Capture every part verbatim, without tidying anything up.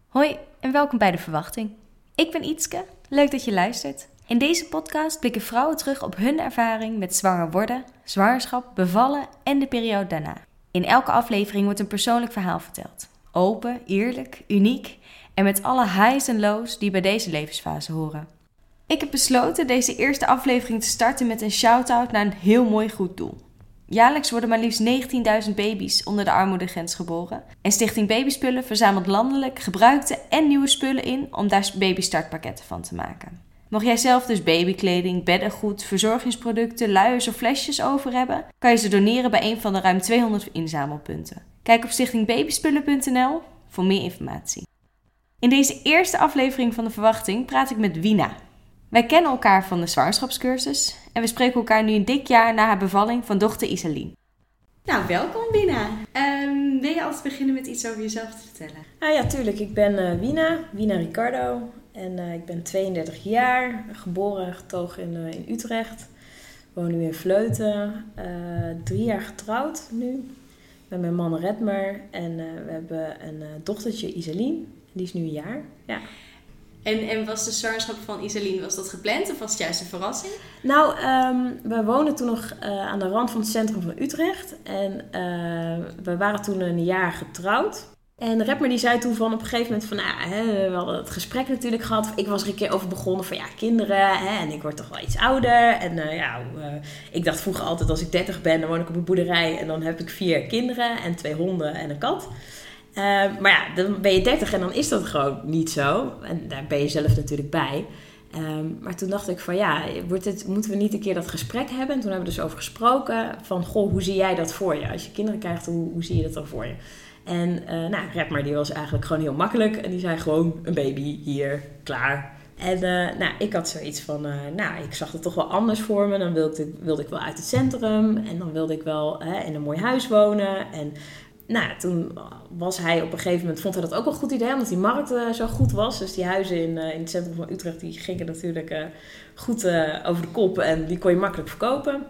Hoi en welkom bij De Verwachting. Ik ben Ietske, leuk dat je luistert. In deze podcast blikken vrouwen terug op hun ervaring met zwanger worden, zwangerschap, bevallen en de periode daarna. In elke aflevering wordt een persoonlijk verhaal verteld. Open, eerlijk, uniek en met alle highs en lows die bij deze levensfase horen. Ik heb besloten deze eerste aflevering te starten met een shout-out naar een heel mooi goed doel. Jaarlijks worden maar liefst negentienduizend baby's onder de armoedegrens geboren. En Stichting Babyspullen verzamelt landelijk gebruikte en nieuwe spullen in om daar babystartpakketten van te maken. Mocht jij zelf dus babykleding, beddengoed, verzorgingsproducten, luiers of flesjes over hebben, kan je ze doneren bij een van de ruim tweehonderd inzamelpunten. Kijk op stichting babyspullen punt n l voor meer informatie. In deze eerste aflevering van De Verwachting praat ik met Wina. Wij kennen elkaar van de zwangerschapscursus en we spreken elkaar nu een dik jaar na haar bevalling van dochter Isaline. Nou, welkom Wina. Um, wil je altijd beginnen met iets over jezelf te vertellen? Ah, ja, tuurlijk. Ik ben uh, Wina, Wina Ricardo en uh, ik ben tweeëndertig jaar, geboren en getogen in, uh, in Utrecht. Woon nu in Vleuten, uh, drie jaar getrouwd nu met mijn man Redmer en uh, we hebben een uh, dochtertje Isaline, die is nu een jaar. Ja. En, en was de zwangerschap van Isaline, was dat gepland of was het juist een verrassing? Nou, um, we woonden toen nog uh, aan de rand van het centrum van Utrecht. En uh, we waren toen een jaar getrouwd. En Redmer die zei toen van op een gegeven moment van... Nou, hè, we hadden het gesprek natuurlijk gehad. Ik was er een keer over begonnen van ja, kinderen. Hè, en ik word toch wel iets ouder. En uh, ja, uh, ik dacht vroeger altijd als ik dertig ben, dan woon ik op een boerderij. En dan heb ik vier kinderen en twee honden en een kat. Uh, maar ja, dan ben je dertig en dan is dat gewoon niet zo. En daar ben je zelf natuurlijk bij. Um, maar toen dacht ik van ja, wordt het, moeten we niet een keer dat gesprek hebben? En toen hebben we dus over gesproken van goh, hoe zie jij dat voor je? Als je kinderen krijgt, hoe, hoe zie je dat dan voor je? En uh, nou, Redmer die was eigenlijk gewoon heel makkelijk. En die zei gewoon een baby, hier, klaar. En uh, nou, ik had zoiets van, uh, nou, ik zag het toch wel anders voor me. Dan wilde ik, wilde ik wel uit het centrum. En dan wilde ik wel hè, in een mooi huis wonen. En nou, toen was hij op een gegeven moment, vond hij dat ook wel een goed idee, omdat die markt uh, zo goed was. Dus die huizen in, uh, in het centrum van Utrecht, die gingen natuurlijk uh, goed uh, over de kop en die kon je makkelijk verkopen.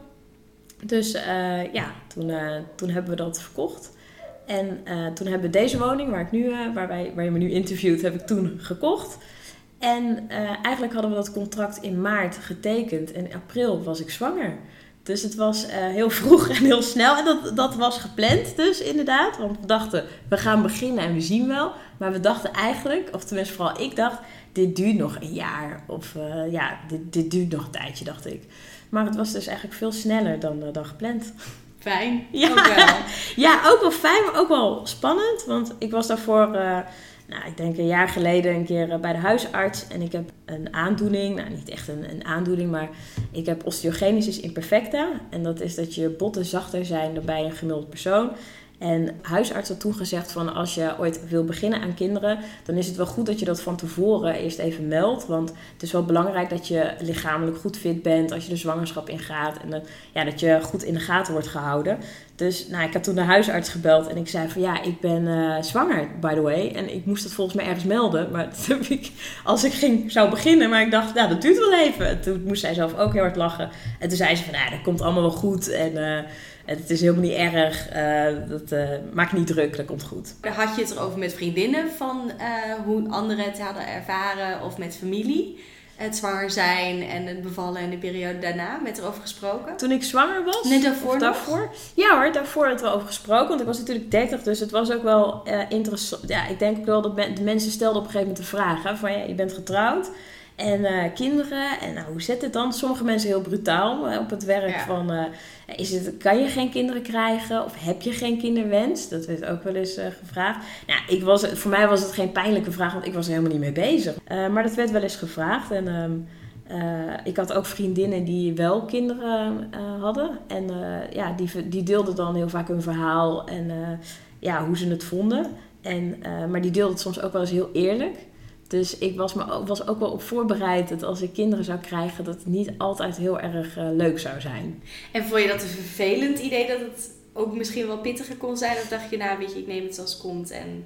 Dus uh, ja, toen, uh, toen hebben we dat verkocht. En uh, toen hebben we deze woning, waar, ik nu, uh, waar, wij, waar je me nu interviewt, heb ik toen gekocht. En uh, eigenlijk hadden we dat contract in maart getekend en in april was ik zwanger. Dus het was uh, heel vroeg en heel snel. En dat, dat was gepland dus inderdaad. Want we dachten, we gaan beginnen en we zien wel. Maar we dachten eigenlijk, of tenminste vooral ik dacht... dit duurt nog een jaar. Of uh, ja, dit, dit duurt nog een tijdje, dacht ik. Maar het was dus eigenlijk veel sneller dan, uh, dan gepland. Fijn, ja. Ook wel. Ja, ook wel fijn, maar ook wel spannend. Want ik was daarvoor... Uh, Nou, ik denk een jaar geleden een keer bij de huisarts en ik heb een aandoening, nou niet echt een, een aandoening, maar ik heb osteogenesis imperfecta. En dat is dat je botten zachter zijn dan bij een gemiddeld persoon. En de huisarts had toen gezegd van als je ooit wil beginnen aan kinderen, dan is het wel goed dat je dat van tevoren eerst even meldt. Want het is wel belangrijk dat je lichamelijk goed fit bent als je de zwangerschap ingaat. En dat, ja, dat je goed in de gaten wordt gehouden. Dus nou, ik heb toen de huisarts gebeld en ik zei van ja, ik ben uh, zwanger, by the way. En ik moest het volgens mij ergens melden. Maar dat heb ik, als ik ging, zou beginnen, maar ik dacht, nou dat duurt wel even. En toen moest zij zelf ook heel hard lachen. En toen zei ze van, nou, dat komt allemaal wel goed. En uh, het is helemaal niet erg. Uh, dat uh, maak niet druk, dat komt goed. Had je het erover met vriendinnen van uh, hoe anderen het hadden ervaren of met familie? Het zwanger zijn en het bevallen en de periode daarna, met erover gesproken? Toen ik zwanger was? Net daarvoor daarvoor? Ja hoor, daarvoor had we over gesproken. Want ik was natuurlijk dertig, dus het was ook wel uh, interessant. Ja, ik denk ook wel dat de mensen stelden op een gegeven moment de vraag. Hè, van ja, je bent getrouwd en uh, kinderen. En nou, hoe zit het dan? Sommige mensen heel brutaal op het werk. Ja. Van, uh, is het, kan je geen kinderen krijgen? Of heb je geen kinderwens? Dat werd ook wel eens uh, gevraagd. Nou, ik was, voor mij was het geen pijnlijke vraag, want ik was er helemaal niet mee bezig. Uh, maar dat werd wel eens gevraagd. En um, uh, ik had ook vriendinnen die wel kinderen uh, hadden. En uh, ja, die, die deelden dan heel vaak hun verhaal en uh, ja, hoe ze het vonden. En, uh, maar die deelden het soms ook wel eens heel eerlijk. Dus ik was, me, was ook wel op voorbereid dat als ik kinderen zou krijgen, dat het niet altijd heel erg uh, leuk zou zijn. En vond je dat een vervelend idee dat het ook misschien wel pittiger kon zijn? Of dacht je, nou weet je, ik neem het zoals het komt en...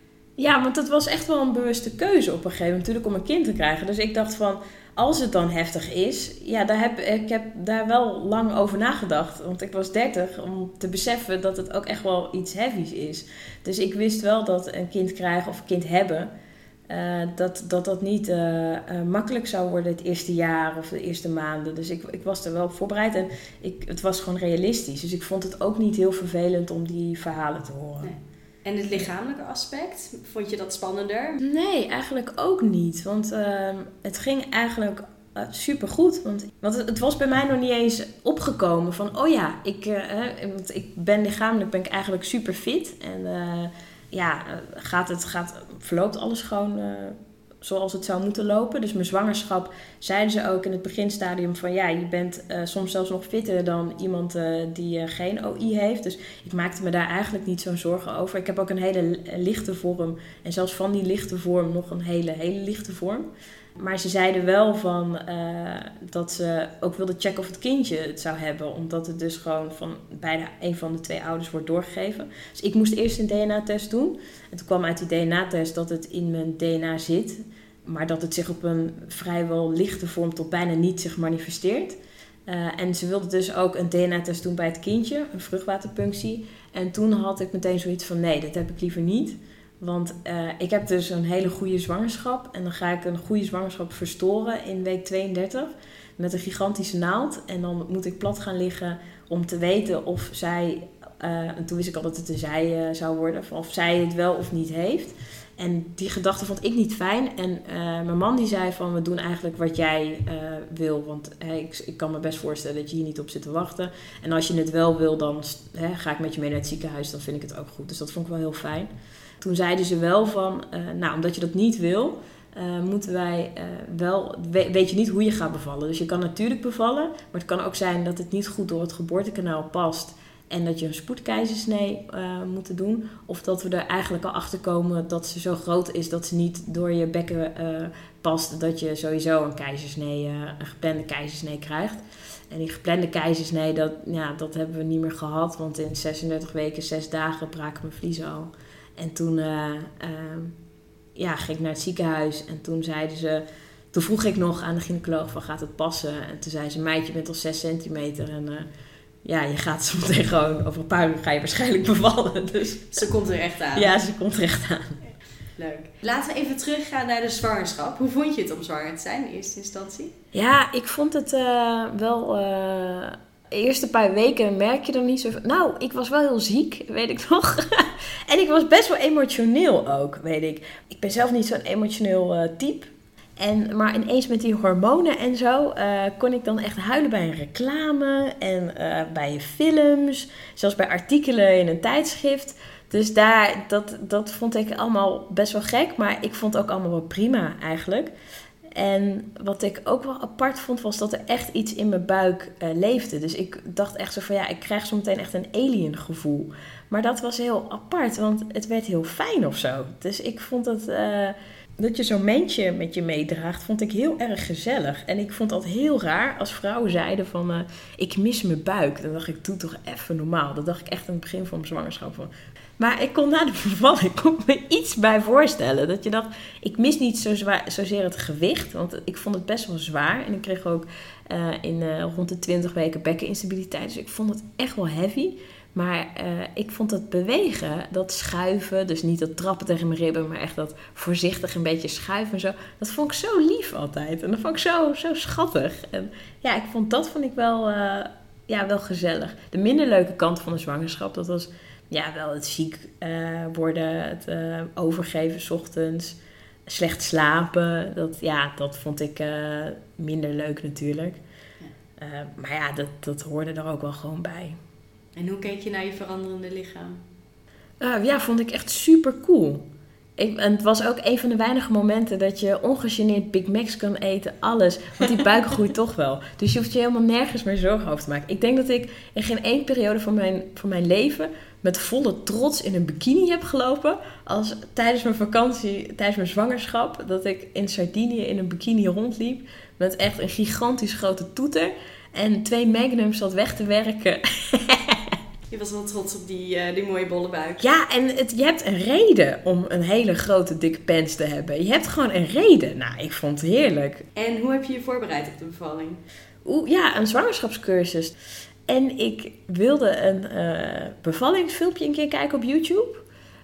Ja, want het was echt wel een bewuste keuze op een gegeven moment natuurlijk om een kind te krijgen. Dus ik dacht van, als het dan heftig is, ja, daar heb, ik heb daar wel lang over nagedacht. Want ik was dertig om te beseffen dat het ook echt wel iets heavies is. Dus ik wist wel dat een kind krijgen of een kind hebben, Uh, dat, dat dat niet uh, uh, makkelijk zou worden het eerste jaar of de eerste maanden. Dus ik, ik was er wel op voorbereid en ik, het was gewoon realistisch. Dus ik vond het ook niet heel vervelend om die verhalen te horen. Nee. En het lichamelijke aspect, vond je dat spannender? Nee, eigenlijk ook niet. Want uh, het ging eigenlijk uh, supergoed. Want, want het, het was bij mij nog niet eens opgekomen van... oh ja, ik, uh, want ik ben lichamelijk ben ik eigenlijk super fit. En uh, ja, gaat het, gaat, verloopt alles gewoon uh, zoals het zou moeten lopen. Dus mijn zwangerschap zeiden ze ook in het beginstadium van... ja, je bent uh, soms zelfs nog fitter dan iemand uh, die uh, geen O I heeft. Dus ik maakte me daar eigenlijk niet zo'n zorgen over. Ik heb ook een hele lichte vorm. En zelfs van die lichte vorm nog een hele, hele lichte vorm. Maar ze zeiden wel van uh, dat ze ook wilden checken of het kindje het zou hebben. Omdat het dus gewoon van beide een van de twee ouders wordt doorgegeven. Dus ik moest eerst een D N A-test doen. En toen kwam uit die D N A-test dat het in mijn D N A zit. Maar dat het zich op een vrijwel lichte vorm tot bijna niet zich manifesteert. Uh, en ze wilden dus ook een D N A-test doen bij het kindje. Een vruchtwaterpunctie. En toen had ik meteen zoiets van nee, dat heb ik liever niet. Want uh, ik heb dus een hele goede zwangerschap. En dan ga ik een goede zwangerschap verstoren in week tweeëndertig. Met een gigantische naald. En dan moet ik plat gaan liggen om te weten of zij... Uh, en toen wist ik al dat het een zij uh, zou worden. Of zij het wel of niet heeft. En die gedachte vond ik niet fijn. En uh, mijn man die zei van we doen eigenlijk wat jij uh, wil. Want hey, ik, ik kan me best voorstellen dat je hier niet op zit te wachten. En als je het wel wil, dan hey, ga ik met je mee naar het ziekenhuis. Dan vind ik het ook goed. Dus dat vond ik wel heel fijn. Toen zeiden ze wel van, uh, nou omdat je dat niet wil, uh, moeten wij uh, wel, we, weet je niet hoe je gaat bevallen. Dus je kan natuurlijk bevallen, maar het kan ook zijn dat het niet goed door het geboortekanaal past. En dat je een spoedkeizersnee uh, moet doen. Of dat we er eigenlijk al achter komen dat ze zo groot is dat ze niet door je bekken uh, past. Dat je sowieso een keizersnee, uh, een geplande keizersnee krijgt. En die geplande keizersnee, dat, ja, dat hebben we niet meer gehad. Want in zesendertig weken, zes dagen braken mijn vliezen al. En toen uh, uh, ja, ging ik naar het ziekenhuis. En toen zeiden ze... Toen vroeg ik nog aan de gynaecoloog van gaat het passen? En toen zei ze, meid, je bent al zes centimeter. En uh, ja, je gaat zo meteen gewoon... Over een paar uur ga je waarschijnlijk bevallen. Dus. Ze komt er echt aan. Ja, ze komt er echt aan. Leuk. Laten we even teruggaan naar de zwangerschap. Hoe vond je het om zwanger te zijn in eerste instantie? Ja, ik vond het uh, wel... Uh, de eerste paar weken merk je er niet zo... Nou, ik was wel heel ziek, weet ik nog. En ik was best wel emotioneel ook, weet ik. Ik ben zelf niet zo'n emotioneel uh, type. En, maar ineens met die hormonen en zo... Uh, kon ik dan echt huilen bij een reclame. En uh, bij films. Zelfs bij artikelen in een tijdschrift. Dus daar, dat, dat vond ik allemaal best wel gek. Maar ik vond het ook allemaal wel prima eigenlijk. En wat ik ook wel apart vond, was dat er echt iets in mijn buik uh, leefde. Dus ik dacht echt zo van, ja, ik krijg zo meteen echt een alien gevoel. Maar dat was heel apart, want het werd heel fijn of zo. Dus ik vond dat, uh, dat je zo'n mensje met je meedraagt, vond ik heel erg gezellig. En ik vond dat heel raar als vrouwen zeiden van, uh, ik mis mijn buik. Dan dacht ik, doe toch even normaal. Dat dacht ik echt aan het begin van mijn zwangerschap van... Maar ik kon na de bevalling kon me iets bij voorstellen. Dat je dacht, ik mis niet zo zwaar, zozeer het gewicht. Want ik vond het best wel zwaar. En ik kreeg ook uh, in uh, rond de twintig weken bekkeninstabiliteit. Dus ik vond het echt wel heavy. Maar uh, ik vond het bewegen, dat schuiven. Dus niet dat trappen tegen mijn ribben. Maar echt dat voorzichtig een beetje schuiven en zo. Dat vond ik zo lief altijd. En dat vond ik zo, zo schattig. En ja, ik vond dat vond ik wel, uh, ja, wel gezellig. De minder leuke kant van de zwangerschap, dat was... Ja, wel het ziek uh, worden, het uh, overgeven 's ochtends, slecht slapen. Dat, ja, dat vond ik uh, minder leuk natuurlijk. Ja. Uh, maar ja, dat, dat hoorde er ook wel gewoon bij. En hoe keek je naar je veranderende lichaam? Uh, ja, vond ik echt super cool. Ik, en het was ook een van de weinige momenten dat je ongegeneerd Big Macs kan eten, alles. Want die buik groeit toch wel. Dus je hoeft je helemaal nergens meer zorgen over te maken. Ik denk dat ik in geen één periode van mijn, van mijn leven met volle trots in een bikini heb gelopen. Als tijdens mijn vakantie, tijdens mijn zwangerschap, dat ik in Sardinië in een bikini rondliep. Met echt een gigantisch grote toeter. En twee magnums zat weg te werken. Je was wel trots op die, uh, die mooie bolle buik. Ja, en het, je hebt een reden om een hele grote dikke pens te hebben. Je hebt gewoon een reden. Nou, ik vond het heerlijk. En hoe heb je je voorbereid op de bevalling? Oeh, ja, een zwangerschapscursus. En ik wilde een uh, bevallingsfilmpje een keer kijken op YouTube.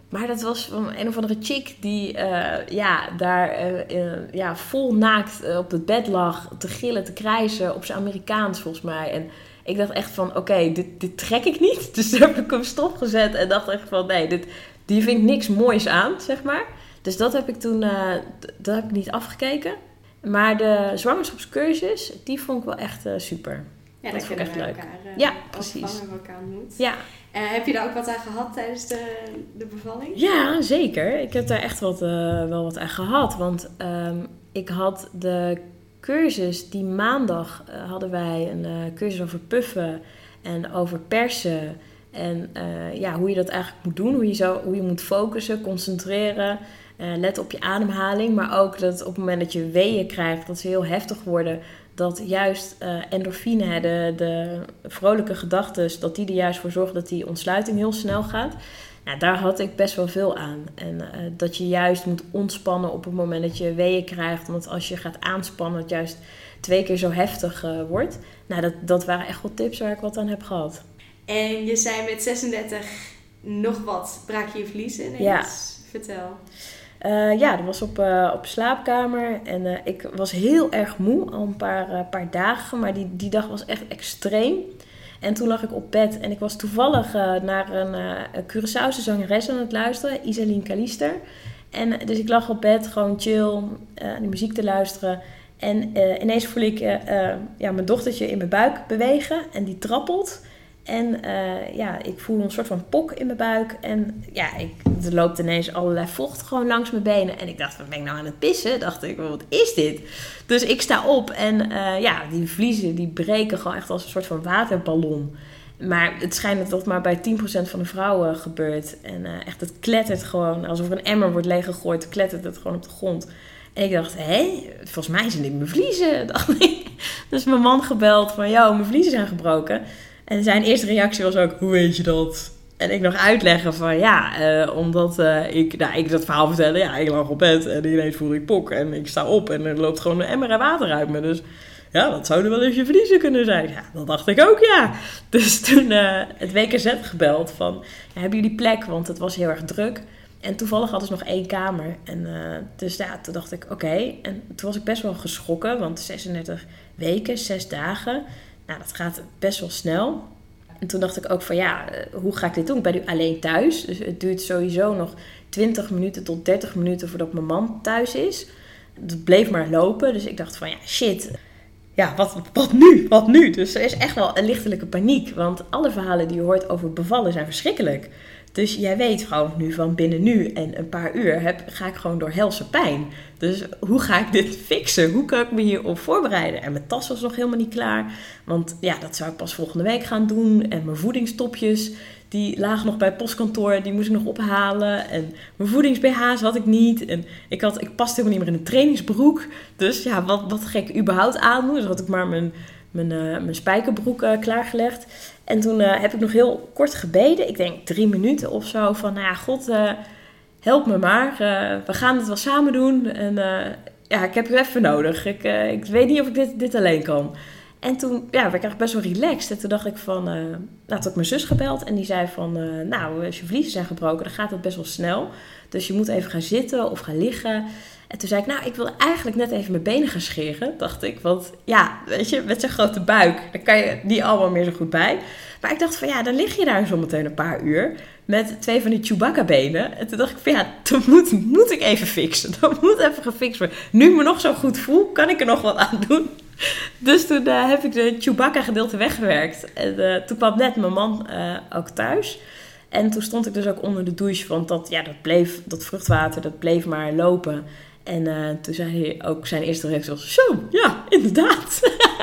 Maar dat was van een of andere chick die uh, ja, daar uh, uh, ja, vol naakt uh, op het bed lag. Te gillen, te krijsen. Op zijn Amerikaans volgens mij. En ik dacht echt van, oké, okay, dit, dit trek ik niet. Dus toen heb ik hem stopgezet en dacht echt van, nee, dit, die vind ik niks moois aan, zeg maar. Dus dat heb ik toen, uh, dat heb ik niet afgekeken. Maar de zwangerschapscursus, die vond ik wel echt uh, super. Ja, dat vond ik echt leuk. Elkaar, uh, ja, precies. Als we elkaar ontmoet. Ja. Uh, heb je daar ook wat aan gehad tijdens de, de bevalling? Ja, zeker. Ik heb daar echt wat, uh, wel wat aan gehad. Want um, ik had de cursus, die maandag uh, hadden wij een uh, cursus over puffen en over persen. En uh, ja, hoe je dat eigenlijk moet doen. Hoe je, zo, hoe je moet focussen, concentreren. Uh, let op je ademhaling. Maar ook dat op het moment dat je weeën krijgt, dat ze heel heftig worden. Dat juist uh, endorfine, de, de vrolijke gedachten, dat die er juist voor zorgen dat die ontsluiting heel snel gaat. Nou, daar had ik best wel veel aan. En uh, dat je juist moet ontspannen op het moment dat je weeën krijgt. Want als je gaat aanspannen, het juist twee keer zo heftig uh, wordt. Nou, dat, dat waren echt wel tips waar ik wat aan heb gehad. En je zei met zesendertig nog wat, braak je je vliezen ineens? Ja. Vertel. Uh, ja, dat was op, uh, op slaapkamer. En uh, ik was heel erg moe, al een paar, uh, paar dagen. Maar die, die dag was echt extreem. En toen lag ik op bed. En ik was toevallig uh, naar een, uh, een Curaçaose zangeres aan het luisteren. Isaline Kalister. En uh, dus ik lag op bed, gewoon chill, uh, die muziek te luisteren. En uh, ineens voel ik uh, uh, ja, mijn dochtertje in mijn buik bewegen. En die trappelt. En uh, ja, ik voel een soort van pok in mijn buik. En ja, ik, er loopt ineens allerlei vocht gewoon langs mijn benen. En ik dacht, wat ben ik nou aan het pissen? Dacht ik, wat is dit? Dus ik sta op en uh, ja, die vliezen die breken gewoon echt als een soort van waterballon. Maar het schijnt dat dat maar bij tien procent van de vrouwen gebeurt. En uh, echt, het klettert gewoon. Alsof er een emmer wordt leeggegooid, klettert het gewoon op de grond. En ik dacht, hé, volgens mij zijn dit mijn vliezen, dacht ik. Dus mijn man gebeld van, yo, mijn vliezen zijn gebroken. En zijn eerste reactie was ook, hoe weet je dat? En ik nog uitleggen van, ja, uh, omdat uh, ik, nou, ik dat verhaal vertellen. Ja, ik lag op bed en ineens voelde ik pok. En ik sta op en er loopt gewoon een emmer en water uit me. Dus ja, dat zouden wel eens je vliezen kunnen zijn. Ja, dat dacht ik ook, ja. Dus toen uh, het W K Z gebeld van, ja, hebben jullie plek? Want het was heel erg druk. En toevallig hadden ze nog één kamer. En uh, dus ja, toen dacht ik, oké. Okay. En toen was ik best wel geschrokken, want zesendertig weken, zes dagen... Nou, dat gaat best wel snel. En toen dacht ik ook van ja, hoe ga ik dit doen? Ik ben nu alleen thuis. Dus het duurt sowieso nog twintig minuten tot dertig minuten voordat mijn man thuis is. Het bleef maar lopen. Dus ik dacht van ja, shit. Ja, wat, wat nu? Wat nu? Dus er is echt wel een lichtelijke paniek. Want alle verhalen die je hoort over bevallen zijn verschrikkelijk. Dus jij weet gewoon nu van binnen nu en een paar uur heb, ga ik gewoon door helse pijn. Dus hoe ga ik dit fixen? Hoe kan ik me hierop voorbereiden? En mijn tas was nog helemaal niet klaar. Want ja, dat zou ik pas volgende week gaan doen. En mijn voedingstopjes, die lagen nog bij het postkantoor. Die moest ik nog ophalen. En mijn voedings-B H's had ik niet. En ik, had, ik paste helemaal niet meer in een trainingsbroek. Dus ja, wat, wat ga ik überhaupt aandoen? Dus had ik maar mijn, mijn, uh, mijn spijkerbroek uh, klaargelegd. En toen uh, heb ik nog heel kort gebeden. Ik denk drie minuten of zo. Van, nou ja, God, uh, help me maar. Uh, we gaan het wel samen doen. En uh, ja, ik heb het even nodig. Ik, uh, ik weet niet of ik dit, dit alleen kan. En toen ja, werd ik eigenlijk best wel relaxed. En toen dacht ik van... Uh, nou, toen had ik mijn zus gebeld. En die zei van... Uh, nou, als je vliezen zijn gebroken, dan gaat het best wel snel. Dus je moet even gaan zitten of gaan liggen. En toen zei ik, nou, ik wil eigenlijk net even mijn benen gaan scheren, dacht ik. Want ja, weet je, met zo'n grote buik, daar kan je niet allemaal meer zo goed bij. Maar ik dacht van, ja, dan lig je daar zometeen een paar uur met twee van die Chewbacca-benen. En toen dacht ik van, ja, dat moet, moet ik even fixen. Dat moet even gefixt worden. Nu ik me nog zo goed voel, kan ik er nog wat aan doen. Dus toen uh, heb ik de Chewbacca-gedeelte weggewerkt. En uh, toen kwam net mijn man uh, ook thuis. En toen stond ik dus ook onder de douche, want dat, ja, dat, bleef, dat vruchtwater, dat bleef maar lopen. En uh, toen zei hij ook, zijn eerste reactie was, zo, ja, inderdaad.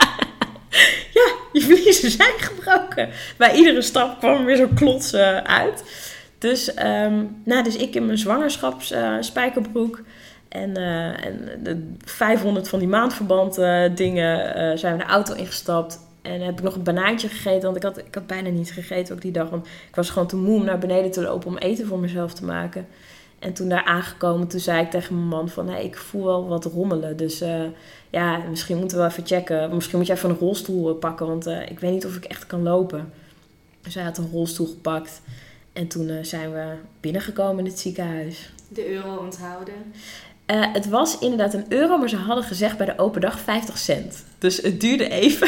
Ja, je vliezen zijn gebroken. Bij iedere stap kwam er weer zo'n klots uh, uit. Dus, um, nou, dus ik in mijn zwangerschapsspijkerbroek. Uh, en, uh, en de vijfhonderd van die maandverband uh, dingen uh, zijn we de auto ingestapt. En heb ik nog een banaantje gegeten, want ik had, ik had bijna niet gegeten ook die dag. Want ik was gewoon te moe om naar beneden te lopen om eten voor mezelf te maken. En toen daar aangekomen, toen zei ik tegen mijn man van... Hey, ik voel wel wat rommelen, dus uh, ja, misschien moeten we wel even checken. Misschien moet je even een rolstoel pakken, want uh, ik weet niet of ik echt kan lopen. Dus hij had een rolstoel gepakt. En toen uh, zijn we binnengekomen in het ziekenhuis. De euro onthouden. Uh, het was inderdaad een euro, maar ze hadden gezegd bij de open dag vijftig cent. Dus het duurde even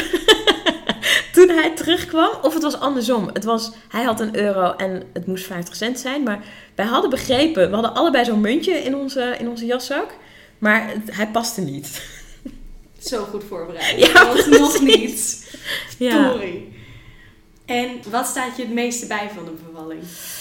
toen hij terugkwam. Of het was andersom. Het was, hij had een euro en het moest vijftig cent zijn. Maar wij hadden begrepen, we hadden allebei zo'n muntje in onze, in onze jaszak. Maar het, hij paste niet. Zo goed voorbereid. Ja, dat was nog niet. Ja. Sorry. En wat staat je het meeste bij van een bevalling?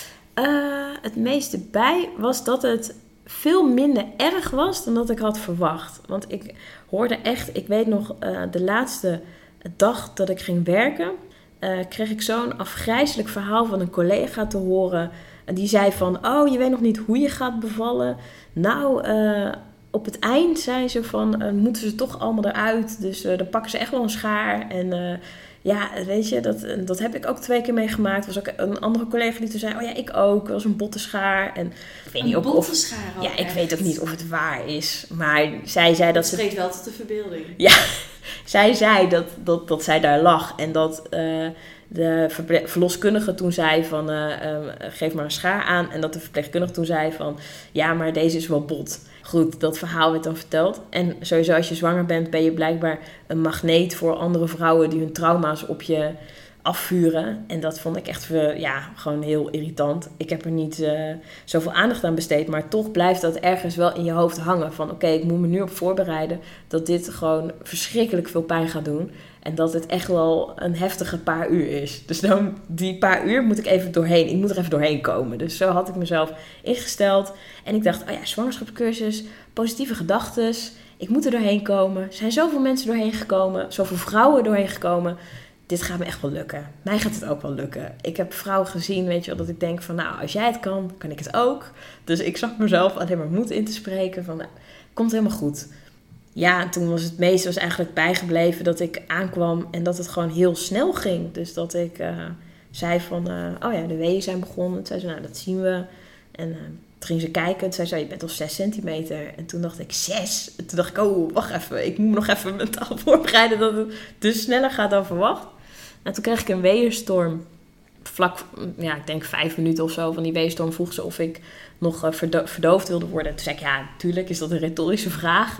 Uh, het meeste bij was dat het veel minder erg was dan dat ik had verwacht. Want ik hoorde echt, ik weet nog, uh, de laatste dag dat ik ging werken, uh, kreeg ik zo'n afgrijselijk verhaal van een collega te horen. En die zei van, oh, je weet nog niet hoe je gaat bevallen. Nou, uh, op het eind zei ze van, uh, moeten ze toch allemaal eruit. Dus uh, dan pakken ze echt wel een schaar. En uh, ja, weet je, dat, dat heb ik ook twee keer meegemaakt. Er was ook een andere collega die toen zei, oh ja, ik ook. Dat was een botte schaar. En ik weet een niet botte of, schaar ook Ja, ik echt. weet ook niet of het waar is. Maar zij zei dat, dat ze... spreekt wel tot de verbeelding. Ja, zij zei dat, dat, dat zij daar lag. En dat uh, de verloskundige toen zei van, uh, uh, geef maar een schaar aan. En dat de verpleegkundige toen zei van, ja, maar deze is wel bot. Goed, dat verhaal werd dan verteld. En sowieso als je zwanger bent, ben je blijkbaar een magneet voor andere vrouwen die hun trauma's op je afvuren. En dat vond ik echt ja, gewoon heel irritant. Ik heb er niet uh, zoveel aandacht aan besteed, maar toch blijft dat ergens wel in je hoofd hangen. Van oké, okay, ik moet me nu op voorbereiden dat dit gewoon verschrikkelijk veel pijn gaat doen. En dat het echt wel een heftige paar uur is. Dus dan die paar uur moet ik even doorheen. Ik moet er even doorheen komen. Dus zo had ik mezelf ingesteld. En ik dacht, oh ja, zwangerschapscursus, positieve gedachten. Ik moet er doorheen komen. Er zijn zoveel mensen doorheen gekomen. Zoveel vrouwen doorheen gekomen. Dit gaat me echt wel lukken. Mij gaat het ook wel lukken. Ik heb vrouwen gezien, weet je wel, dat ik denk van, nou, als jij het kan, kan ik het ook. Dus ik zag mezelf alleen maar moed in te spreken van, nou, komt helemaal goed. Ja, en toen was het meeste was eigenlijk bijgebleven dat ik aankwam en dat het gewoon heel snel ging. Dus dat ik uh, zei van, uh, oh ja, de weeën zijn begonnen. Toen zei ze, nou, dat zien we. En uh, toen ging ze kijken. Toen zei ze, je bent al zes centimeter. En toen dacht ik, zes? En toen dacht ik, oh, wacht even. Ik moet me nog even mentaal voorbereiden dat het dus sneller gaat dan verwacht. En toen kreeg ik een weeënstorm. Vlak, ja, ik denk vijf minuten of zo van die weeënstorm vroeg ze of ik nog uh, verdo- verdoofd wilde worden. Toen zei ik, ja, natuurlijk is dat een retorische vraag.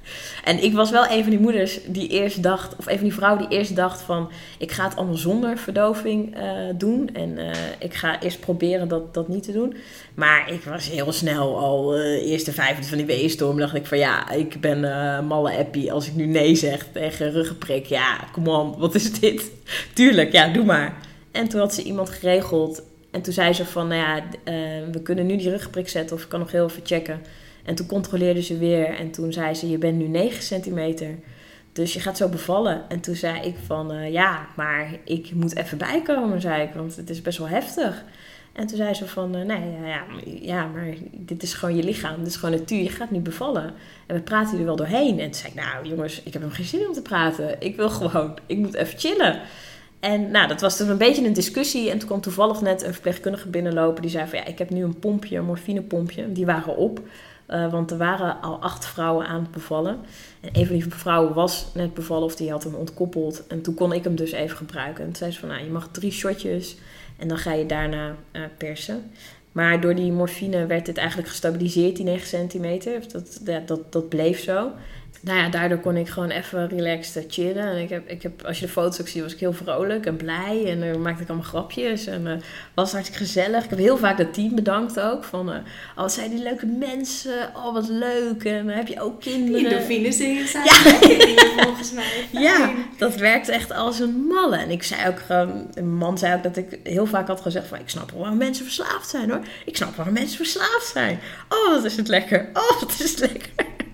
En ik was wel een van die moeders die eerst dacht, of een van die vrouwen die eerst dacht van, ik ga het allemaal zonder verdoving uh, doen. En uh, ik ga eerst proberen dat, dat niet te doen. Maar ik was heel snel al, uh, eerste vijf minuten van die weeënstorm, dacht ik van, ja, ik ben uh, malle appie als ik nu nee zeg tegen ruggenprik. Ja, come on, wat is dit? Tuurlijk, ja, doe maar. En toen had ze iemand geregeld. En toen zei ze van, nou ja, uh, we kunnen nu die ruggenprik zetten of ik kan nog heel even checken. En toen controleerde ze weer. En toen zei ze, je bent nu negen centimeter. Dus je gaat zo bevallen. En toen zei ik van, uh, ja, maar ik moet even bijkomen, zei ik. Want het is best wel heftig. En toen zei ze van, uh, nee, ja, ja, maar dit is gewoon je lichaam. Dit is gewoon natuur. Je gaat nu bevallen. En we praten er wel doorheen. En toen zei ik, nou jongens, ik heb nog geen zin om te praten. Ik wil gewoon, ik moet even chillen. En nou, dat was toen een beetje een discussie. En toen kwam toevallig net een verpleegkundige binnenlopen. Die zei van, ja, ik heb nu een pompje, een morfinepompje. Die waren op. Uh, want er waren al acht vrouwen aan het bevallen. En een van die vrouwen was net bevallen of die had hem ontkoppeld. En toen kon ik hem dus even gebruiken. En toen zei ze van, nou, je mag drie shotjes. En dan ga je daarna uh, persen. Maar door die morfine werd dit eigenlijk gestabiliseerd, die negen centimeter. Dat, dat, dat, dat bleef zo. Nou ja, daardoor kon ik gewoon even relaxed chillen. En ik heb, ik heb, als je de foto's ook ziet, was ik heel vrolijk en blij. En dan uh, maakte ik allemaal grapjes. En uh, was het hartstikke gezellig. Ik heb heel vaak dat team bedankt ook. Van, uh, oh, wat zijn die leuke mensen. Oh, wat leuk. En uh, heb je ook kinderen. Endorfines dingen zijn ja. dingen, volgens mij. Ja, dat werkt echt als een malle. En ik zei ook gewoon, mijn man zei ook dat ik heel vaak had gezegd van, ik snap wel waarom mensen verslaafd zijn hoor. Ik snap waarom mensen verslaafd zijn. Oh, wat is het lekker. Oh, wat is het lekker.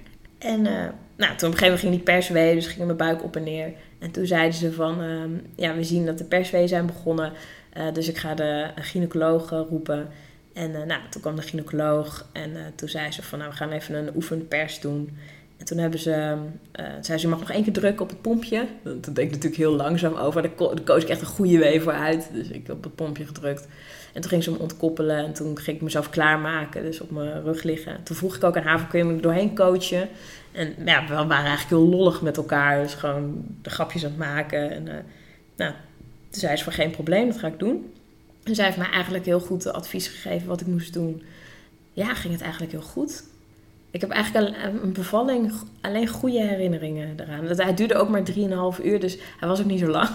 En uh, nou, toen op een gegeven moment ging die persweeën, dus ging mijn buik op en neer. En toen zeiden ze van, uh, ja, we zien dat de persweeën zijn begonnen. Uh, dus ik ga de gynaecoloog uh, roepen. En uh, nou, toen kwam de gynaecoloog en uh, toen zei ze van, nou, we gaan even een oefenpers doen. En toen hebben ze, uh, zei ze, je mag nog één keer drukken op het pompje. Toen deed ik natuurlijk heel langzaam over. Daar, ko- daar koos ik echt een goede wee voor uit. Dus ik heb op het pompje gedrukt. En toen ging ze me ontkoppelen en toen ging ik mezelf klaarmaken. Dus op mijn rug liggen. Toen vroeg ik ook aan haar, kun je me er doorheen coachen? En ja, we waren eigenlijk heel lollig met elkaar. Dus gewoon de grapjes aan het maken. En uh, nou, toen zei ze van, geen probleem, dat ga ik doen. En zij heeft mij eigenlijk heel goed advies gegeven wat ik moest doen. Ja, ging het eigenlijk heel goed. Ik heb eigenlijk een bevalling, alleen goede herinneringen eraan. Hij duurde ook maar drieënhalf uur, dus hij was ook niet zo lang.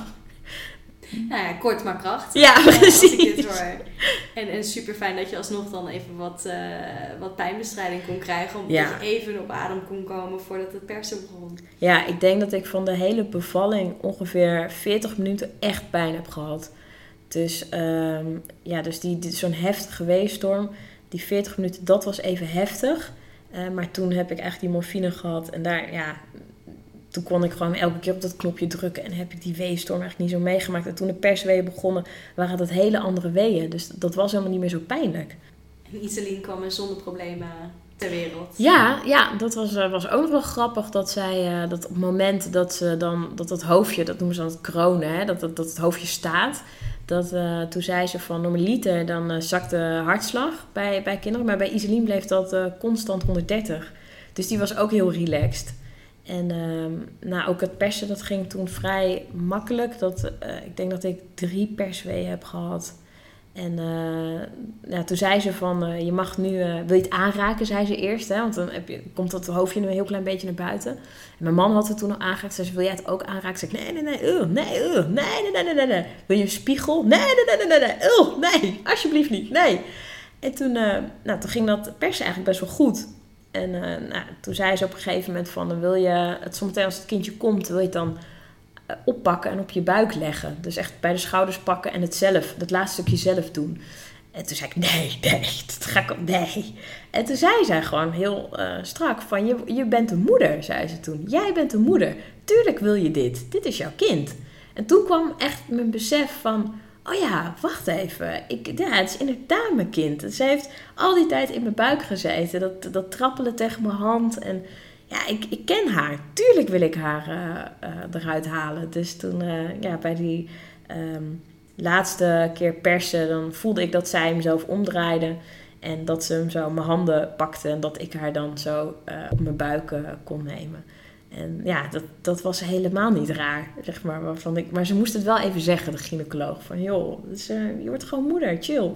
Nou ja, kort maar krachtig. Ja, precies. Als ik dit hoor. En, en super fijn dat je alsnog dan even wat, uh, wat pijnbestrijding kon krijgen. Omdat ja. je even op adem kon komen voordat het persen begon. Ja, ik denk dat ik van de hele bevalling ongeveer veertig minuten echt pijn heb gehad. Dus, um, ja, dus die, die, zo'n heftige weefstorm, die veertig minuten, dat was even heftig. Uh, maar toen heb ik echt die morfine gehad. En daar, ja, toen kon ik gewoon elke keer op dat knopje drukken. En heb ik die weeënstorm eigenlijk niet zo meegemaakt. En toen de persweeën begonnen, waren dat hele andere weeën. Dus dat was helemaal niet meer zo pijnlijk. En Iselien kwam er zonder problemen ter wereld. Ja, ja, dat was, was ook nog wel grappig. Dat zij, uh, dat op het moment dat ze dan, dat dat hoofdje, dat noemen ze dan het kronen, hè, dat, dat, dat het hoofdje staat. Dat, uh, toen zei ze van normaliter, dan uh, zakt de hartslag bij, bij kinderen. Maar bij Iselien bleef dat uh, constant honderddertig. Dus die was ook heel relaxed. En uh, nou, ook het persen, dat ging toen vrij makkelijk. Dat, uh, ik denk dat ik drie persweeën heb gehad. En uh, ja, toen zei ze van, uh, je mag nu, uh, wil je het aanraken, zei ze eerst. Hè? Want dan heb je, komt dat hoofdje een heel klein beetje naar buiten. En mijn man had het toen al aangeraakt. Zei ze, wil jij het ook aanraken? Zei ik, nee, nee, nee, uh, nee, uh, nee, nee, nee, nee, nee. Wil je een spiegel? Nee, nee, nee, nee, nee, uh, nee, alsjeblieft niet, nee. En toen, uh, nou, toen ging dat persen eigenlijk best wel goed. En uh, nou, toen zei ze op een gegeven moment van, dan wil je het zometeen als het kindje komt, wil je het dan oppakken en op je buik leggen. Dus echt bij de schouders pakken en het zelf, dat laatste stukje zelf doen. En toen zei ik, nee, nee, dat ga ik op, nee. En toen zei zij gewoon heel uh, strak van, je, je bent een moeder, zei ze toen. Jij bent een moeder. Tuurlijk wil je dit. Dit is jouw kind. En toen kwam echt mijn besef van, oh ja, wacht even. Ik, ja, het is inderdaad mijn kind. Ze heeft al die tijd in mijn buik gezeten. Dat, dat trappelen tegen mijn hand en ja, ik, ik ken haar. Tuurlijk wil ik haar uh, uh, eruit halen. Dus toen, uh, ja, bij die um, laatste keer persen, dan voelde ik dat zij hem zelf omdraaide. En dat ze hem zo in mijn handen pakte. En dat ik haar dan zo uh, op mijn buik uh, kon nemen. En ja, dat, dat was helemaal niet raar, zeg maar. Waarvan ik, maar ze moest het wel even zeggen, de gynaecoloog. Van, joh, dus, uh, je wordt gewoon moeder, chill.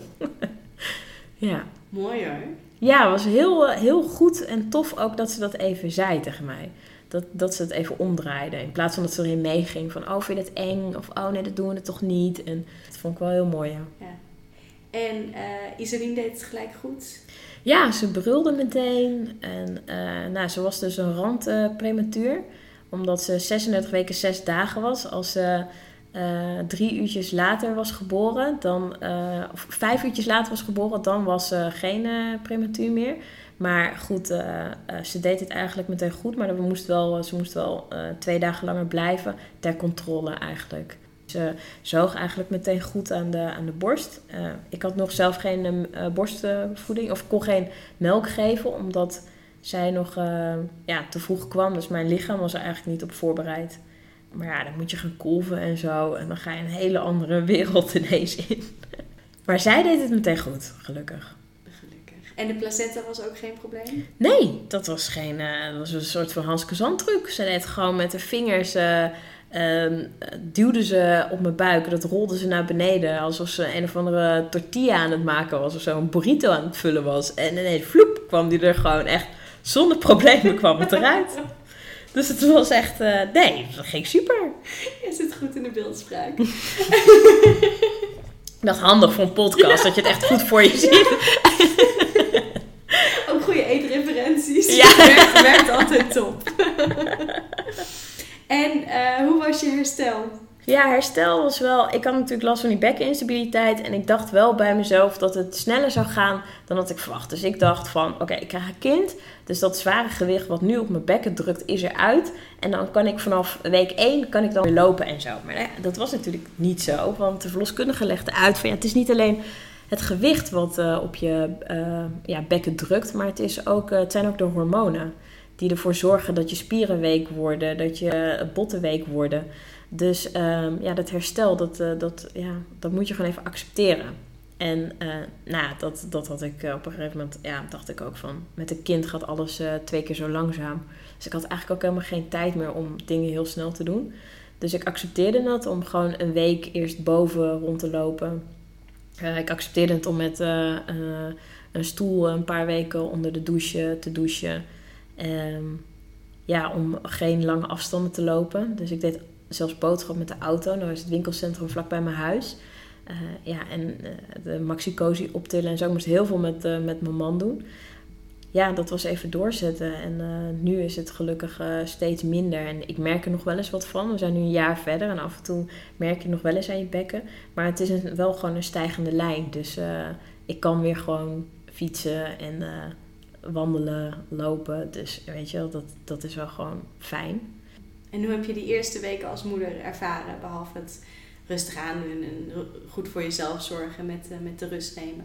Ja. Mooi hoor. Ja, het was heel, heel goed en tof ook dat ze dat even zei tegen mij. Dat, dat ze het even omdraaide. In plaats van dat ze erin meeging van, oh, vind je het eng? Of, oh nee, dat doen we het toch niet? En dat vond ik wel heel mooi, ja. Ja. En uh, Iselien deed het gelijk goed? Ja, ze brulde meteen. En uh, nou, ze was dus een rand uh, prematuur. Omdat ze zesendertig weken, zes dagen was. Als ze uh, drie uurtjes later was geboren, dan, uh, of vijf uurtjes later was geboren, dan was ze geen uh, prematuur meer. Maar goed, uh, uh, ze deed het eigenlijk meteen goed. Maar we moest wel, ze moest wel uh, twee dagen langer blijven ter controle eigenlijk. Ze zoog eigenlijk meteen goed aan de, aan de borst. Uh, ik had nog zelf geen uh, borstvoeding of kon geen melk geven, omdat zij nog uh, ja, te vroeg kwam. Dus mijn lichaam was er eigenlijk niet op voorbereid. Maar ja, dan moet je gaan kolven en zo. En dan ga je een hele andere wereld ineens in. Maar zij deed het meteen goed, gelukkig. Gelukkig. En de placenta was ook geen probleem? Nee, dat was geen, uh, dat was een soort van Hanske Zandtruc. Ze deed gewoon met de vingers, uh, uh, duwde ze op mijn buik. Dat rolde ze naar beneden, alsof ze een of andere tortilla aan het maken was. Of zo, een burrito aan het vullen was. En ineens, vloep, kwam die er gewoon echt, zonder problemen kwam het eruit. Dus het was echt, uh, nee, dat ging super. Je zit goed in de beeldspraak. Dat is handig voor een podcast, ja. Dat je het echt goed voor je ziet. Ja. Ook goede eetreferenties. Ja. Werkt, werkt altijd top. En uh, hoe was je herstel? Ja, herstel was wel... Ik had natuurlijk last van die bekkeninstabiliteit. En ik dacht wel bij mezelf dat het sneller zou gaan dan dat ik verwacht. Dus ik dacht van, oké, okay, ik krijg een kind. Dus dat zware gewicht wat nu op mijn bekken drukt, is eruit. En dan kan ik vanaf week één kan ik dan weer lopen en zo. Maar ja, dat was natuurlijk niet zo. Want de verloskundige legde uit van, ja, het is niet alleen het gewicht wat uh, op je uh, ja, bekken drukt. Maar het, is ook, uh, het zijn ook de hormonen die ervoor zorgen dat je spieren week worden. Dat je botten week worden. Dus um, ja, dat herstel, dat, uh, dat, ja, dat moet je gewoon even accepteren. En uh, nou, dat, dat had ik uh, op een gegeven moment, ja, dacht ik ook van, met een kind gaat alles uh, twee keer zo langzaam. Dus ik had eigenlijk ook helemaal geen tijd meer om dingen heel snel te doen. Dus ik accepteerde dat om gewoon een week eerst boven rond te lopen. Uh, ik accepteerde het om met uh, uh, een stoel een paar weken onder de douche te douchen. Um, ja, om geen lange afstanden te lopen. Dus ik deed zelfs boodschap met de auto. Nou is het winkelcentrum vlakbij mijn huis. Uh, ja, en uh, de Maxi-Cosi optillen en zo. Ik moest heel veel met, uh, met mijn man doen. Ja, dat was even doorzetten. En uh, nu is het gelukkig uh, steeds minder. En ik merk er nog wel eens wat van. We zijn nu een jaar verder. En af en toe merk je nog wel eens aan je bekken. Maar het is een, wel gewoon een stijgende lijn. Dus uh, ik kan weer gewoon fietsen en uh, wandelen, lopen. Dus weet je wel, dat, dat is wel gewoon fijn. En hoe heb je die eerste weken als moeder ervaren? Behalve het rustig aandoen en goed voor jezelf zorgen met, uh, met de rust nemen.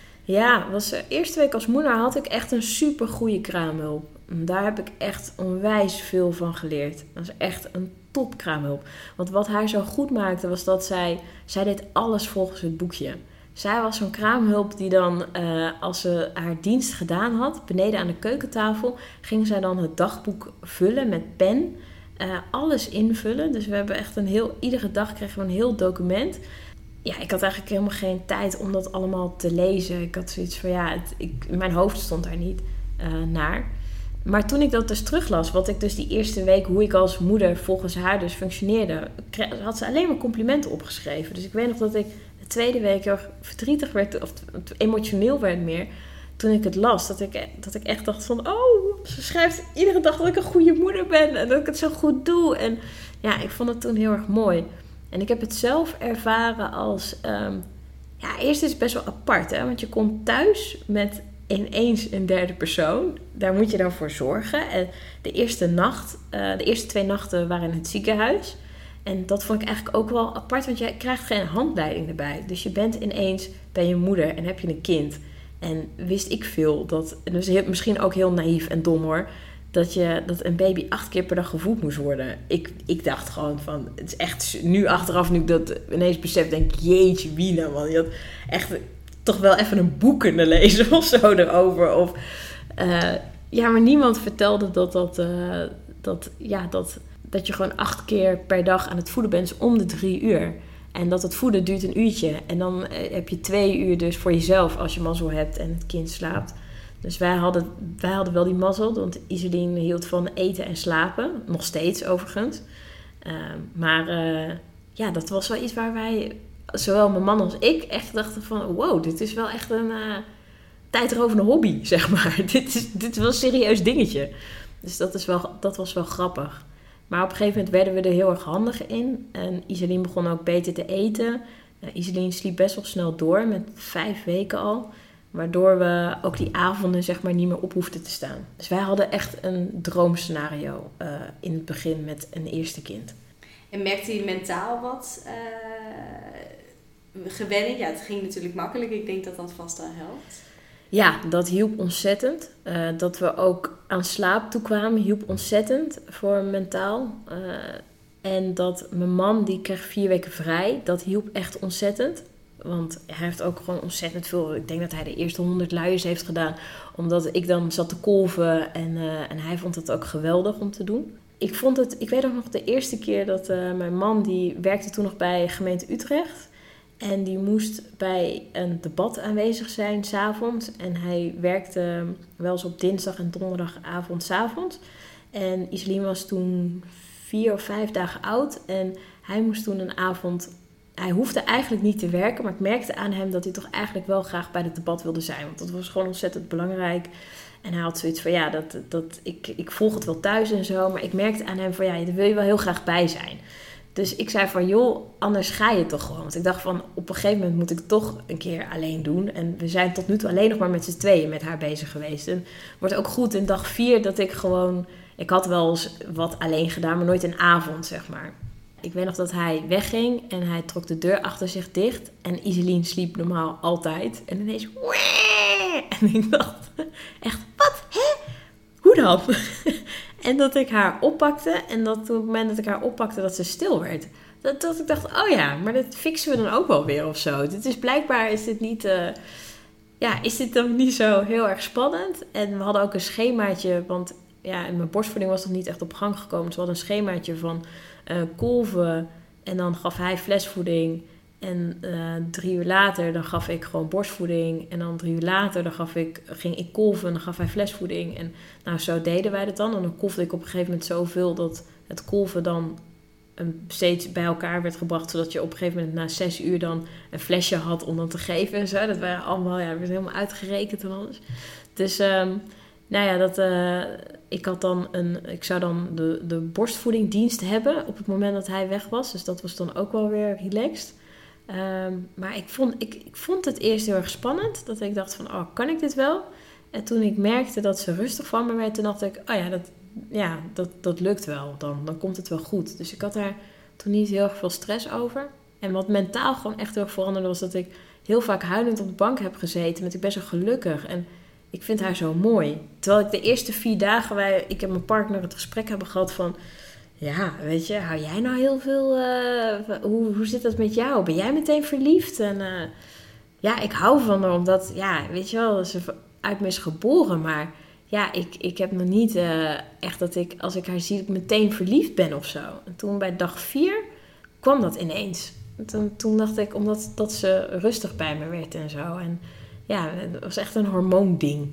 Ja, was de eerste week als moeder had ik echt een super goede kraamhulp. Daar heb ik echt onwijs veel van geleerd. Dat is echt een top kraamhulp. Want wat haar zo goed maakte was dat zij... Zij deed alles volgens het boekje. Zij was zo'n kraamhulp die dan, uh, als ze haar dienst gedaan had... beneden aan de keukentafel, ging zij dan het dagboek vullen met pen. Uh, alles invullen. Dus we hebben echt een heel... Iedere dag kregen we een heel document... Ja, ik had eigenlijk helemaal geen tijd om dat allemaal te lezen. Ik had zoiets van, ja, het, ik, mijn hoofd stond daar niet uh, naar. Maar toen ik dat dus teruglas, wat ik dus die eerste week, hoe ik als moeder volgens haar dus functioneerde, had ze alleen maar complimenten opgeschreven. Dus ik weet nog dat ik de tweede week heel verdrietig werd, of emotioneel werd meer, toen ik het las. Dat ik, dat ik echt dacht van, oh, ze schrijft iedere dag dat ik een goede moeder ben en dat ik het zo goed doe. En ja, ik vond het toen heel erg mooi. En ik heb het zelf ervaren als... Um, ja, eerst is het best wel apart, hè. Want je komt thuis met ineens een derde persoon. Daar moet je dan voor zorgen. En de eerste nacht... Uh, de eerste twee nachten waren in het ziekenhuis. En dat vond ik eigenlijk ook wel apart. Want je krijgt geen handleiding erbij. Dus je bent ineens bij je moeder en heb je een kind. En wist ik veel. Dat, dus misschien ook heel naïef en dom hoor... Dat, je, dat een baby acht keer per dag gevoed moest worden. Ik, ik dacht gewoon van... Het is echt nu achteraf, nu ik dat ineens besef... Denk ik, jeetje, wie nou man? Je had echt toch wel even een boek kunnen lezen of zo erover. Of, uh, ja, maar niemand vertelde dat, dat, uh, dat, ja, dat, dat je gewoon acht keer per dag aan het voeden bent. Dus om de drie uur. En dat het voeden duurt een uurtje. En dan heb je twee uur dus voor jezelf als je mazzel hebt en het kind slaapt. Dus wij hadden, wij hadden wel die mazzel, want Iseline hield van eten en slapen. Nog steeds overigens. Uh, maar uh, ja, dat was wel iets waar wij, zowel mijn man als ik, echt dachten van... Wow, dit is wel echt een uh, tijdrovende hobby, zeg maar. dit, is, dit is wel een serieus dingetje. Dus dat, is wel, dat was wel grappig. Maar op een gegeven moment werden we er heel erg handig in. En Iseline begon ook beter te eten. Uh, Iseline sliep best wel snel door, met vijf weken al... Waardoor we ook die avonden zeg maar niet meer op hoefden te staan. Dus wij hadden echt een droomscenario uh, in het begin met een eerste kind. En merkte je mentaal wat uh, gewenning? Ja, het ging natuurlijk makkelijk. Ik denk dat dat vast al helpt. Ja, dat hielp ontzettend. Uh, dat we ook aan slaap toekwamen hielp ontzettend voor mentaal. Uh, en dat mijn man, die kreeg vier weken vrij. Dat hielp echt ontzettend. Want hij heeft ook gewoon ontzettend veel... Ik denk dat hij de eerste honderd luiers heeft gedaan. Omdat ik dan zat te kolven. En, uh, en hij vond het ook geweldig om te doen. Ik vond het... Ik weet ook nog de eerste keer dat uh, mijn man... Die werkte toen nog bij gemeente Utrecht. En die moest bij een debat aanwezig zijn 's avonds. En hij werkte wel eens op dinsdag en donderdagavond 's avonds. En Iseline was toen vier of vijf dagen oud. En hij moest toen een avond... Hij hoefde eigenlijk niet te werken, maar ik merkte aan hem dat hij toch eigenlijk wel graag bij het debat wilde zijn. Want dat was gewoon ontzettend belangrijk. En hij had zoiets van, ja, dat, dat, ik, ik volg het wel thuis en zo. Maar ik merkte aan hem van, ja, daar wil je wel heel graag bij zijn. Dus ik zei van, joh, anders ga je toch gewoon. Want ik dacht van, op een gegeven moment moet ik het toch een keer alleen doen. En we zijn tot nu toe alleen nog maar met z'n tweeën met haar bezig geweest. En het wordt ook goed in dag vier dat ik gewoon... Ik had wel eens wat alleen gedaan, maar nooit een avond, zeg maar. Ik weet nog dat hij wegging en hij trok de deur achter zich dicht. En Iseline sliep normaal altijd. En ineens... En ik dacht echt, wat? Hè? Hoe dan? En dat ik haar oppakte. En dat op het moment dat ik haar oppakte dat ze stil werd. Dat, dat ik dacht, oh ja, maar dat fixen we dan ook wel weer of zo. Dit is blijkbaar is dit niet... Uh, ja, is dit dan niet zo heel erg spannend. En we hadden ook een schemaatje, want... Ja, en mijn borstvoeding was nog niet echt op gang gekomen. Dus we hadden een schemaatje van uh, kolven. En dan gaf hij flesvoeding. En uh, drie uur later, dan gaf ik gewoon borstvoeding. En dan drie uur later, dan gaf ik, ging ik kolven en dan gaf hij flesvoeding. En nou, zo deden wij dat dan. En dan kolfde ik op een gegeven moment zoveel dat het kolven dan um, steeds bij elkaar werd gebracht. Zodat je op een gegeven moment na zes uur dan een flesje had om dan te geven en zo. Dat waren allemaal, ja, dat werd helemaal uitgerekend en alles. Dus, um, nou ja, dat, uh, ik had dan een, ik zou dan de, de borstvoedingdienst hebben op het moment dat hij weg was. Dus dat was dan ook wel weer relaxed. Um, maar ik vond, ik, ik vond het eerst heel erg spannend. Dat ik dacht van, oh, kan ik dit wel? En toen ik merkte dat ze rustig van me werd, toen dacht ik, oh ja, dat, ja, dat, dat lukt wel. Dan, dan komt het wel goed. Dus ik had daar toen niet heel erg veel stress over. En wat mentaal gewoon echt heel erg veranderde, was dat ik heel vaak huilend op de bank heb gezeten. Met ik best wel gelukkig. En ik vind haar zo mooi. Terwijl ik de eerste vier dagen, wij, ik en mijn partner het gesprek hebben gehad van, ja, weet je, hou jij nou heel veel, uh, hoe, hoe zit dat met jou? Ben jij meteen verliefd? En uh, ja, ik hou van haar, omdat, ja, weet je wel, ze uit me is geboren. Maar ja, ik, ik heb nog niet uh, echt dat ik, als ik haar zie, ik meteen verliefd ben of zo. En toen bij dag vier kwam dat ineens. Toen, toen dacht ik, omdat dat ze rustig bij me werd en zo. En ja, het was echt een hormoonding.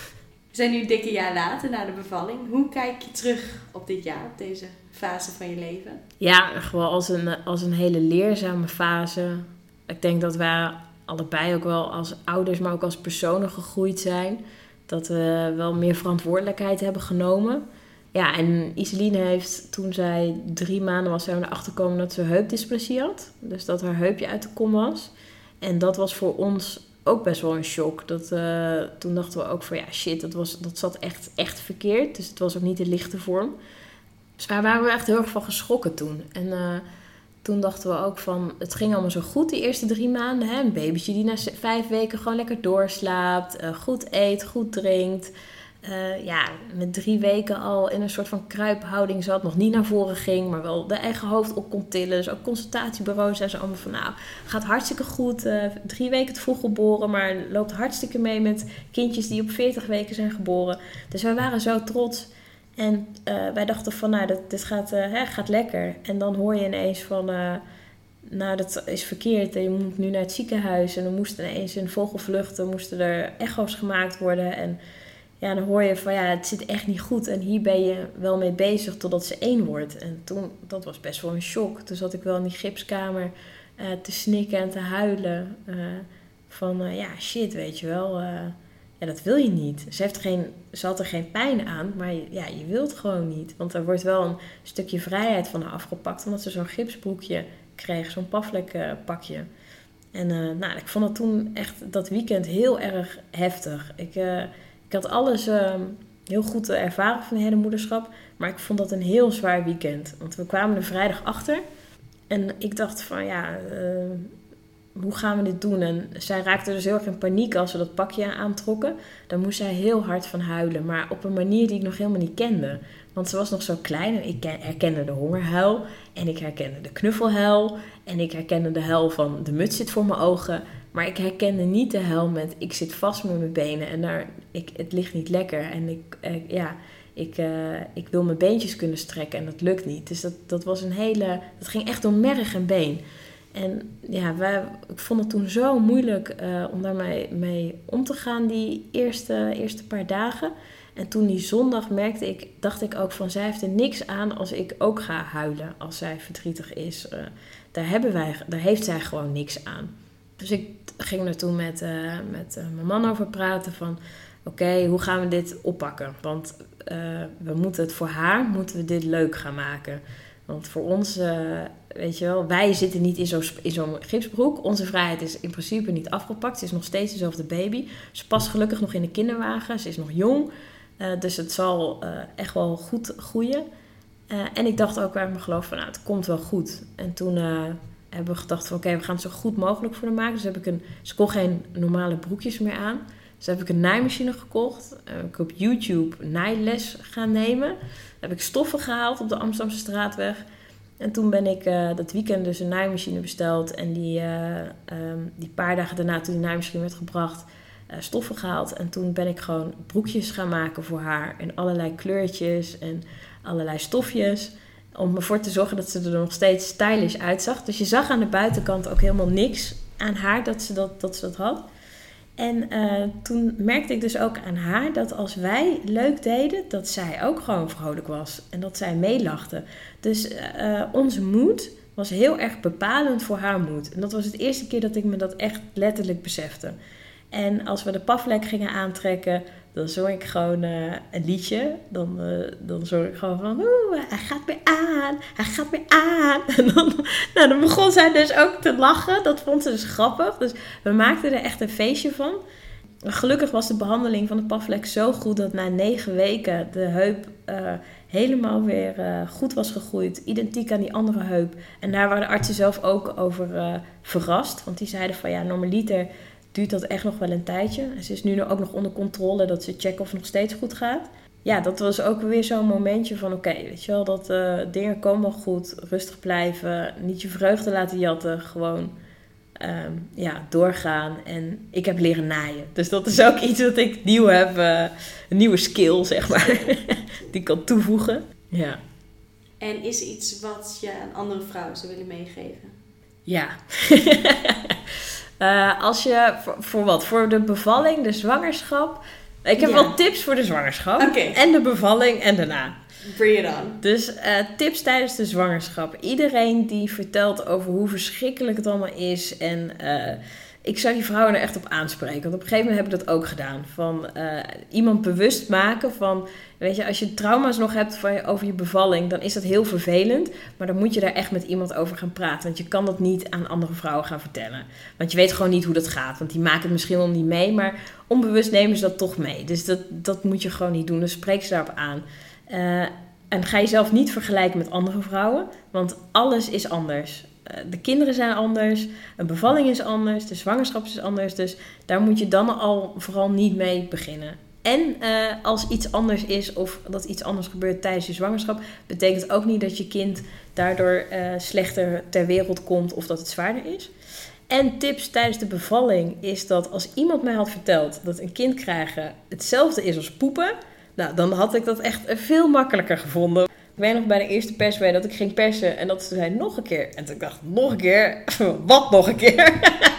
We zijn nu een dikke jaar later na de bevalling. Hoe kijk je terug op dit jaar, op deze fase van je leven? Ja, gewoon als een, als een hele leerzame fase. Ik denk dat wij allebei ook wel als ouders, maar ook als personen gegroeid zijn. Dat we wel meer verantwoordelijkheid hebben genomen. Ja, en Iseline heeft toen zij drie maanden was, zijn we erachter gekomen dat ze heupdysplasie had. Dus dat haar heupje uit de kom was. En dat was voor ons ook best wel een shock. Dat, uh, toen dachten we ook van ja shit, dat, was, dat zat echt, echt verkeerd. Dus het was ook niet de lichte vorm. Dus daar waren we echt heel erg van geschrokken toen. En uh, toen dachten we ook van, het ging allemaal zo goed die eerste drie maanden. Hè? Een babytje die na vijf weken gewoon lekker doorslaapt. Uh, goed eet, goed drinkt. Uh, ja, met drie weken al in een soort van kruiphouding zat. Nog niet naar voren ging, maar wel de eigen hoofd op kon tillen. Dus ook consultatiebureaus zijn ze allemaal van, nou, gaat hartstikke goed. Uh, drie weken te vroeg geboren, maar loopt hartstikke mee met kindjes die op veertig weken zijn geboren. Dus wij waren zo trots. En uh, wij dachten van, nou, dit, dit gaat, uh, hè, gaat lekker. En dan hoor je ineens van, uh, nou, dat is verkeerd. En je moet nu naar het ziekenhuis. En er moesten ineens in vogelvluchten, moesten er echo's gemaakt worden. En ja, dan hoor je van, ja, het zit echt niet goed. En hier ben je wel mee bezig totdat ze één wordt. En toen, dat was best wel een shock. Toen zat ik wel in die gipskamer uh, te snikken en te huilen. Uh, van, uh, ja, shit, weet je wel. Uh, ja, dat wil je niet. Ze, heeft geen, ze had er geen pijn aan, maar ja, je wilt gewoon niet. Want er wordt wel een stukje vrijheid van haar afgepakt. Omdat ze zo'n gipsbroekje kreeg, zo'n paflek uh, pakje. En uh, nou, ik vond het toen echt dat weekend heel erg heftig. Ik... Uh, Ik had alles uh, heel goed ervaren van de hele moederschap. Maar ik vond dat een heel zwaar weekend. Want we kwamen er vrijdag achter. En ik dacht van ja, uh, hoe gaan we dit doen? En zij raakte dus heel erg in paniek als we dat pakje aantrokken. Dan moest zij heel hard van huilen. Maar op een manier die ik nog helemaal niet kende. Want ze was nog zo klein en ik herkende de hongerhuil. En ik herkende de knuffelhuil. En ik herkende de huil van de muts zit voor mijn ogen. Maar ik herkende niet de huil met ik zit vast met mijn benen en daar, ik, het ligt niet lekker. En ik, eh, ja, ik, uh, ik wil mijn beentjes kunnen strekken en dat lukt niet. Dus dat, dat was een hele, dat ging echt door merg en been. En ja, wij, ik vond het toen zo moeilijk uh, om daarmee mee om te gaan die eerste, eerste paar dagen. En toen die zondag merkte ik, dacht ik ook van, zij heeft er niks aan als ik ook ga huilen als zij verdrietig is. Uh, daar, hebben wij, daar heeft zij gewoon niks aan. Dus ik ging er toen met, uh, met uh, mijn man over praten van, oké, okay, hoe gaan we dit oppakken? Want uh, we moeten het voor haar, moeten we dit leuk gaan maken. Want voor ons, uh, weet je wel, wij zitten niet in zo'n, in zo'n gipsbroek. Onze vrijheid is in principe niet afgepakt. Ze is nog steeds dezelfde baby. Ze past gelukkig nog in de kinderwagen. Ze is nog jong. Uh, dus het zal uh, echt wel goed groeien. Uh, en ik dacht ook bij mijn geloof van, nou, het komt wel goed. En toen uh, hebben we gedacht van, oké, okay, we gaan het zo goed mogelijk voor haar maken. Dus heb ik een, ze kon geen normale broekjes meer aan. Dus heb ik een naaimachine gekocht. Uh, ik heb op YouTube naailes gaan nemen. Dan heb ik stoffen gehaald op de Amsterdamse straatweg. En toen ben ik uh, dat weekend dus een naaimachine besteld. En die, uh, um, die paar dagen daarna, toen die naaimachine werd gebracht, uh, stoffen gehaald. En toen ben ik gewoon broekjes gaan maken voor haar. In allerlei kleurtjes en allerlei stofjes. Om ervoor te zorgen dat ze er nog steeds stylish uitzag. Dus je zag aan de buitenkant ook helemaal niks aan haar dat ze dat, dat, ze dat had. En uh, toen merkte ik dus ook aan haar dat als wij leuk deden, dat zij ook gewoon vrolijk was. En dat zij meelachte. Dus uh, onze moed was heel erg bepalend voor haar moed. En dat was het eerste keer dat ik me dat echt letterlijk besefte. En als we de paflek gingen aantrekken, dan zong ik gewoon uh, een liedje. Dan, uh, dan zong ik gewoon van, oeh, hij gaat weer aan, hij gaat weer aan. En dan, nou, dan begon zij dus ook te lachen. Dat vond ze dus grappig. Dus we maakten er echt een feestje van. Gelukkig was de behandeling van de paflek zo goed dat na negen weken de heup uh, helemaal weer uh, goed was gegroeid. Identiek aan die andere heup. En daar waren de artsen zelf ook over uh, verrast. Want die zeiden van, ja, normaliter duurt dat echt nog wel een tijdje. En ze is nu ook nog onder controle dat ze checken of het nog steeds goed gaat. Ja, dat was ook weer zo'n momentje van oké, okay, weet je wel, dat uh, dingen komen wel goed. Rustig blijven, niet je vreugde laten jatten. Gewoon um, ja, doorgaan. En ik heb leren naaien. Dus dat is ook iets wat ik nieuw heb. Uh, een nieuwe skill, zeg maar. Die ik kan toevoegen. Ja. En is er iets wat je aan andere vrouwen zou willen meegeven? Ja. Uh, als je, voor, voor wat? Voor de bevalling, de zwangerschap. Ik heb ja. wel tips voor de zwangerschap. Okay. En de bevalling en daarna. Bring it on. Dus uh, tips tijdens de zwangerschap. Iedereen die vertelt over hoe verschrikkelijk het allemaal is. En uh, ik zou die vrouwen er echt op aanspreken. Want op een gegeven moment heb ik dat ook gedaan. Van uh, iemand bewust maken van... Weet je, als je trauma's nog hebt van je, over je bevalling, dan is dat heel vervelend. Maar dan moet je daar echt met iemand over gaan praten. Want je kan dat niet aan andere vrouwen gaan vertellen. Want je weet gewoon niet hoe dat gaat. Want die maken het misschien wel niet mee, maar onbewust nemen ze dat toch mee. Dus dat, dat moet je gewoon niet doen. Dus spreek ze daarop aan. Uh, en ga jezelf niet vergelijken met andere vrouwen. Want alles is anders. Uh, de kinderen zijn anders. Een bevalling is anders. De zwangerschap is anders. Dus daar moet je dan al vooral niet mee beginnen. En uh, als iets anders is of dat iets anders gebeurt tijdens je zwangerschap, betekent ook niet dat je kind daardoor uh, slechter ter wereld komt of dat het zwaarder is. En tips tijdens de bevalling is dat als iemand mij had verteld dat een kind krijgen hetzelfde is als poepen, nou, dan had ik dat echt veel makkelijker gevonden. Ik weet nog bij de eerste perswee dat ik ging persen en dat ze zei nog een keer. En toen dacht ik, nog een keer? Wat nog een keer?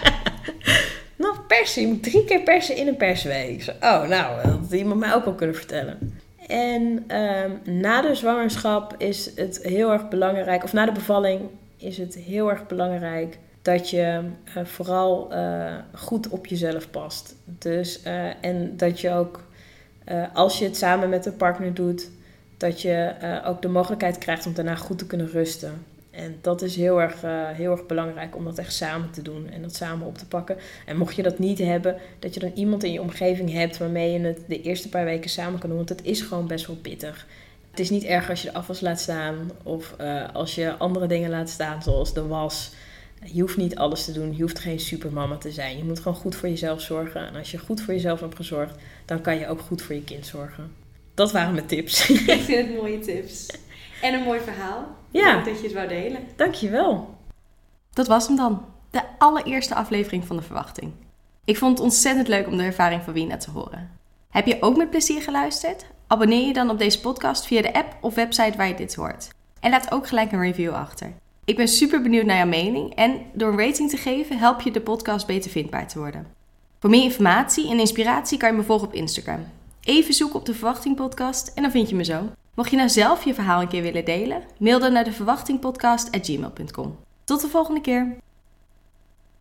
Nog persen. Je moet drie keer persen in een persweek. Zo, oh, nou, dat had iemand mij ook al kunnen vertellen. En um, na de zwangerschap is het heel erg belangrijk, of na de bevalling is het heel erg belangrijk dat je uh, vooral uh, goed op jezelf past. Dus, uh, en dat je ook, uh, als je het samen met een partner doet, dat je uh, ook de mogelijkheid krijgt om daarna goed te kunnen rusten. En dat is heel erg, uh, heel erg belangrijk om dat echt samen te doen en dat samen op te pakken. En mocht je dat niet hebben, dat je dan iemand in je omgeving hebt waarmee je het de eerste paar weken samen kan doen. Want het is gewoon best wel pittig. Het is niet erg als je de afwas laat staan of uh, als je andere dingen laat staan zoals de was. Je hoeft niet alles te doen, je hoeft geen supermama te zijn. Je moet gewoon goed voor jezelf zorgen. En als je goed voor jezelf hebt gezorgd, dan kan je ook goed voor je kind zorgen. Dat waren mijn tips. Ik vind het mooie tips. En een mooi verhaal. Ja. Leuk dat je het wou delen. Dankjewel. Dat was hem dan. De allereerste aflevering van De Verwachting. Ik vond het ontzettend leuk om de ervaring van Wina te horen. Heb je ook met plezier geluisterd? Abonneer je dan op deze podcast via de app of website waar je dit hoort. En laat ook gelijk een review achter. Ik ben super benieuwd naar jouw mening en door een rating te geven help je de podcast beter vindbaar te worden. Voor meer informatie en inspiratie kan je me volgen op Instagram. Even zoeken op De Verwachting Podcast en dan vind je me zo. Mocht je nou zelf je verhaal een keer willen delen, mail dan naar de verwachtingpodcast at gmail dot com. Tot de volgende keer!